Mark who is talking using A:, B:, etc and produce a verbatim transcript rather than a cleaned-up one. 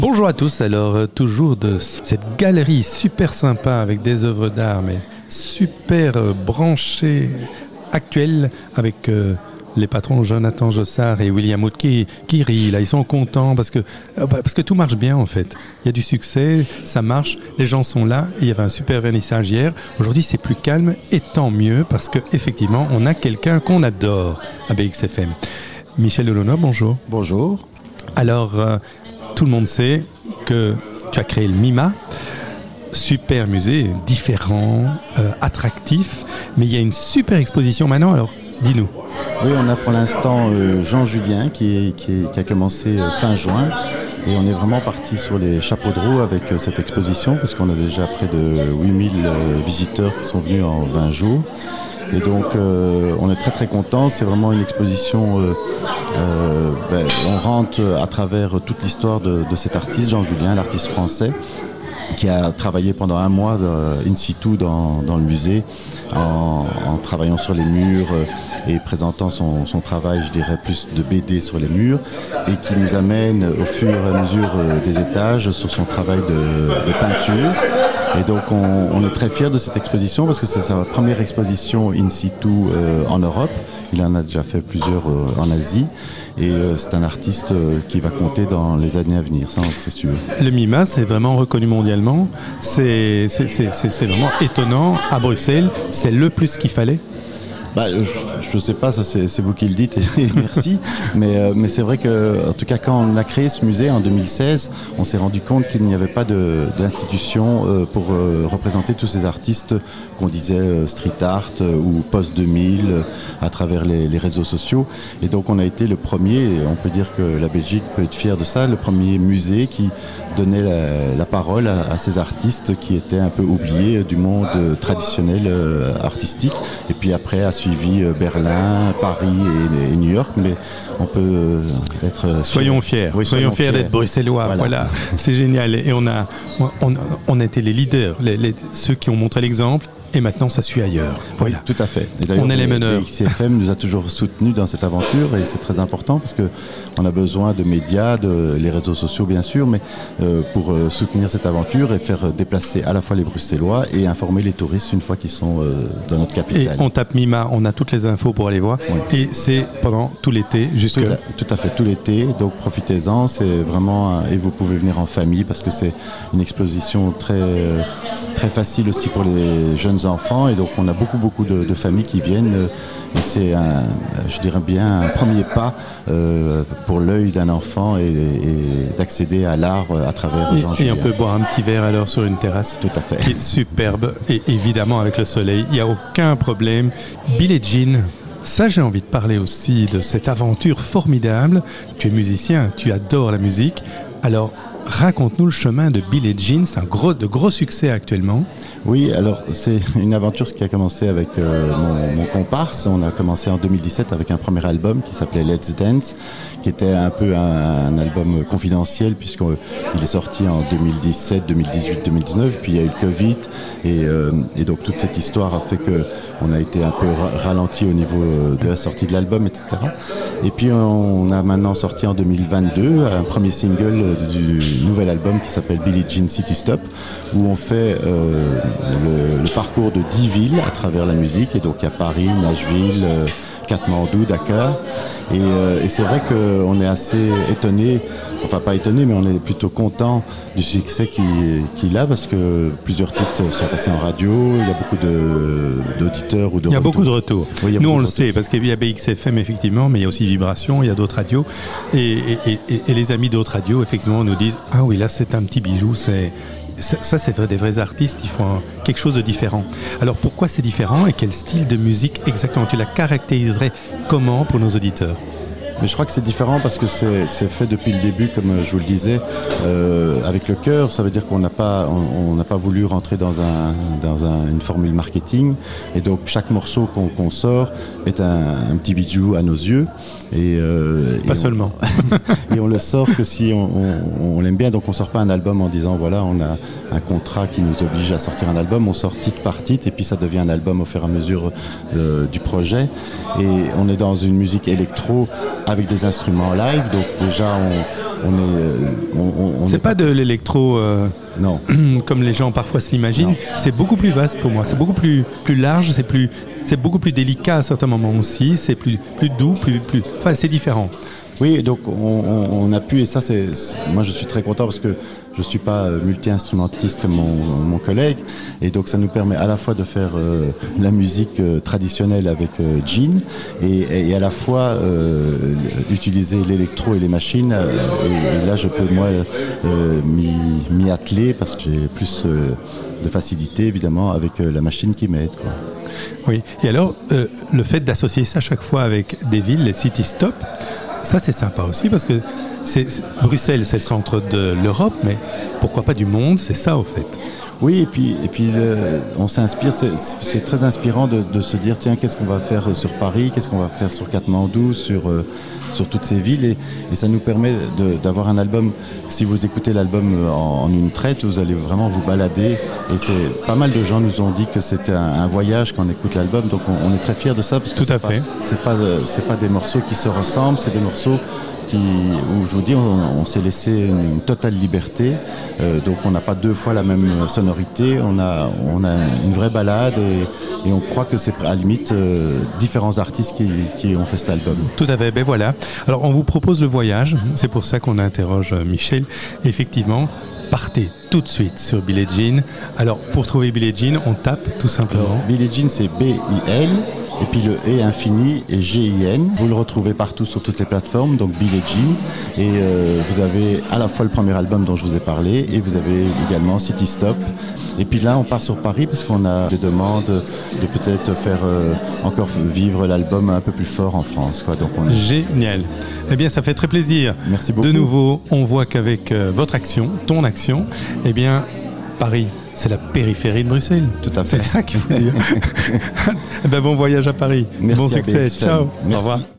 A: Bonjour à tous, alors euh, toujours de cette galerie super sympa avec des œuvres d'art mais super euh, branchées, actuelles avec euh, les patrons Jonathan Jossard et William Wood qui, qui rient là, ils sont contents parce que, euh, parce que tout marche bien en fait. Il y a du succès, ça marche, les gens sont là, il y avait un super vernissage hier, aujourd'hui c'est plus calme et tant mieux parce qu'effectivement on a quelqu'un qu'on adore à B X F M. Michel Delaunoy, bonjour.
B: Bonjour.
A: Alors, euh, tout le monde sait que tu as créé le MIMA, super musée, différent, euh, attractif, mais il y a une super exposition maintenant, alors dis-nous.
B: Oui, on a pour l'instant euh, Jean Julien qui, est, qui, est, qui a commencé euh, fin juin et on est vraiment parti sur les chapeaux de roue avec euh, cette exposition parce qu'on a déjà près de huit mille euh, visiteurs qui sont venus en vingt jours. Et donc euh, on est très très contents, c'est vraiment une exposition, euh, euh, ben, on rentre à travers toute l'histoire de, de cet artiste, Jean Julien, l'artiste français, qui a travaillé pendant un mois de, in situ dans, dans le musée, en, en travaillant sur les murs et présentant son, son travail, je dirais, plus de B D sur les murs, et qui nous amène au fur et à mesure des étages sur son travail de, de peinture. Et donc on, on est très fiers de cette exposition parce que c'est sa première exposition in situ euh, en Europe. Il en a déjà fait plusieurs euh, en Asie. Et euh, c'est un artiste euh, qui va compter dans les années à venir, ça c'est sûr.
A: Le MIMA, c'est vraiment reconnu mondialement. C'est, c'est, c'est, c'est, c'est vraiment étonnant. À Bruxelles, c'est le plus qu'il fallait.
B: Bah, je ne sais pas, ça c'est, c'est vous qui le dites et merci, mais, euh, mais c'est vrai que, en tout cas, quand on a créé ce musée en deux mille seize, on s'est rendu compte qu'il n'y avait pas de, d'institution euh, pour euh, représenter tous ces artistes qu'on disait euh, street art euh, ou post deux mille euh, à travers les, les réseaux sociaux. Et donc on a été le premier, et on peut dire que la Belgique peut être fière de ça, le premier musée qui donnait la, la parole à, à ces artistes qui étaient un peu oubliés du monde euh, traditionnel euh, artistique. Et puis après, à suivi Berlin, Paris et, et New York, mais on peut être...
A: Soyons fiers, oui, soyons, soyons fiers, fiers d'être bruxellois, voilà, voilà. C'est génial. Et on a, on, on a été les leaders, les, les, ceux qui ont montré l'exemple. Et maintenant, ça suit ailleurs. Voilà.
B: Oui, tout à fait. Et
A: on est les meneurs.
B: B X F M nous a toujours soutenus dans cette aventure et c'est très important parce qu'on a besoin de médias, de les réseaux sociaux bien sûr, mais euh, pour euh, soutenir cette aventure et faire déplacer à la fois les Bruxellois et informer les touristes une fois qu'ils sont euh, dans notre capitale.
A: Et on tape MIMA, on a toutes les infos pour aller voir. Oui. Et c'est pendant tout l'été jusque...
B: Tout, tout à fait, tout l'été. Donc profitez-en. C'est vraiment... Et vous pouvez venir en famille parce que c'est une exposition très, très facile aussi pour les jeunes enfants et donc on a beaucoup beaucoup de, de familles qui viennent et c'est un, je dirais bien un premier pas euh, pour l'œil d'un enfant et, et d'accéder à l'art à travers
A: et,
B: Jean
A: et on peut boire un petit verre alors sur une terrasse
B: tout à fait
A: qui est superbe et évidemment avec le soleil il n'y a aucun problème. Billie Jean, ça j'ai envie de parler aussi de cette aventure formidable. Tu es musicien, tu adores la musique, alors raconte-nous le chemin de Billie Jean, c'est un gros, de gros succès actuellement.
B: Oui, alors c'est une aventure qui a commencé avec euh, mon, mon comparse. On a commencé en deux mille dix-sept avec un premier album qui s'appelait Let's Dance, qui était un peu un, un album confidentiel puisqu'il est sorti en deux mille dix-sept, deux mille dix-huit, deux mille dix-neuf, puis il y a eu le Covid et, euh, et donc toute cette histoire a fait qu'on a été un peu ralenti au niveau de la sortie de l'album, et cetera. Et puis on a maintenant sorti en deux mille vingt-deux un premier single du nouvel album qui s'appelle Billie Jean City Stop, où on fait euh, le, le parcours de dix villes à travers la musique, et donc il y a Paris, Nashville, euh, Katmandou, Dakar, et, euh, et c'est vrai qu'on est assez étonné, enfin pas étonné, mais on est plutôt content du succès qu'il, qu'il a, parce que plusieurs titres sont passés en radio, il y a beaucoup de, d'auditeurs ou de
A: Il y a
B: retours.
A: beaucoup de retours.
B: Oui,
A: nous on le sait, parce qu'il y a B X F M effectivement, mais il y a aussi Vibration, il y a d'autres radios, et, et, et, et les amis d'autres radios effectivement nous disent « Ah oui, là c'est un petit bijou, c'est... » Ça, c'est vrai, des vrais artistes, ils font quelque chose de différent. Alors, pourquoi c'est différent et quel style de musique exactement? Tu la caractériserais comment pour nos auditeurs?
B: Mais je crois que c'est différent parce que c'est, c'est fait depuis le début, comme je vous le disais, euh, avec le cœur. Ça veut dire qu'on n'a pas, on, on n'a pas voulu rentrer dans, un, dans un, une formule marketing. Et donc chaque morceau qu'on, qu'on sort est un, un petit bijou à nos yeux. Et, euh,
A: pas
B: et
A: seulement.
B: On, et on le sort que si on, on, on l'aime bien. Donc on sort pas un album en disant voilà, on a un contrat qui nous oblige à sortir un album. On sort titre par titre et puis ça devient un album au fur et à mesure euh, du projet. Et on est dans une musique électro avec des instruments live. Donc déjà, on, on est... euh, on- on
A: C'est
B: est
A: pas de l'électro euh,
B: Non.
A: comme les gens parfois s'imaginent.
B: Non.
A: C'est beaucoup plus vaste pour moi. C'est beaucoup plus, plus large, c'est, plus, c'est beaucoup plus délicat à certains moments aussi. C'est plus, plus doux, plus, plus... Enfin, c'est différent.
B: Oui, donc on, on- on a pu, et ça c'est, c'est- moi je suis très content parce que je ne suis pas euh, multi-instrumentiste comme mon, mon collègue, et donc ça nous permet à la fois de faire euh, la musique euh, traditionnelle avec euh, Gene, et, et à la fois euh, utiliser l'électro et les machines, euh, et, et là je peux moi euh, m'y, m'y atteler parce que j'ai plus euh, de facilité évidemment avec euh, la machine qui m'aide, quoi.
A: Oui. Et alors, euh, le fait d'associer ça chaque fois avec des villes, les city stop, ça c'est sympa aussi parce que c'est, c'est- Bruxelles c'est le centre de l'Europe, mais pourquoi pas du monde, c'est ça au fait.
B: Oui, et puis, et puis le- on s'inspire, c'est, c'est très inspirant de, de se dire, tiens, qu'est-ce qu'on va faire sur Paris, qu'est-ce qu'on va faire sur Katmandou, sur, euh, sur toutes ces villes, et, et ça nous permet de- d'avoir un album, si vous écoutez l'album en, en une traite, vous allez vraiment vous balader, et c'est, pas mal de gens nous ont dit que c'était un, un voyage quand on écoute l'album, donc on, on est très fiers de ça, parce que
A: Tout
B: c'est
A: à
B: pas,
A: fait.
B: c'est pas, de- c'est pas des morceaux qui se ressemblent, c'est des morceaux qui, où je vous dis, on, on s'est laissé une totale liberté. Euh, donc on n'a pas deux fois la même sonorité. On a, on a une vraie balade et, et on croit que c'est à la limite euh, différents artistes qui, qui ont fait cet album.
A: Tout à fait, ben voilà. Alors on vous propose le voyage, c'est pour ça qu'on interroge Michel. Effectivement, partez tout de suite sur Billie Jean. Alors pour trouver Billie Jean, on tape tout simplement.
B: Billie Jean, c'est B I L. Et puis le E infini est G I N. Vous le retrouvez partout sur toutes les plateformes, donc Billie Jean. Et euh, vous avez à la fois le premier album dont je vous ai parlé, et vous avez également City Stop. Et puis là, on part sur Paris parce qu'on a des demandes de peut-être faire euh, encore vivre l'album un peu plus fort en France, quoi. Donc on est...
A: Génial. Eh bien, ça fait très plaisir.
B: Merci beaucoup.
A: De nouveau, on voit qu'avec euh, votre action, ton action, eh bien, Paris, c'est la périphérie de Bruxelles.
B: Tout à fait.
A: C'est ça qu'il faut dire. Eh ben, bon voyage à Paris.
B: Merci
A: bon
B: à
A: succès.
B: B X F M.
A: Ciao.
B: Merci.
A: Au revoir.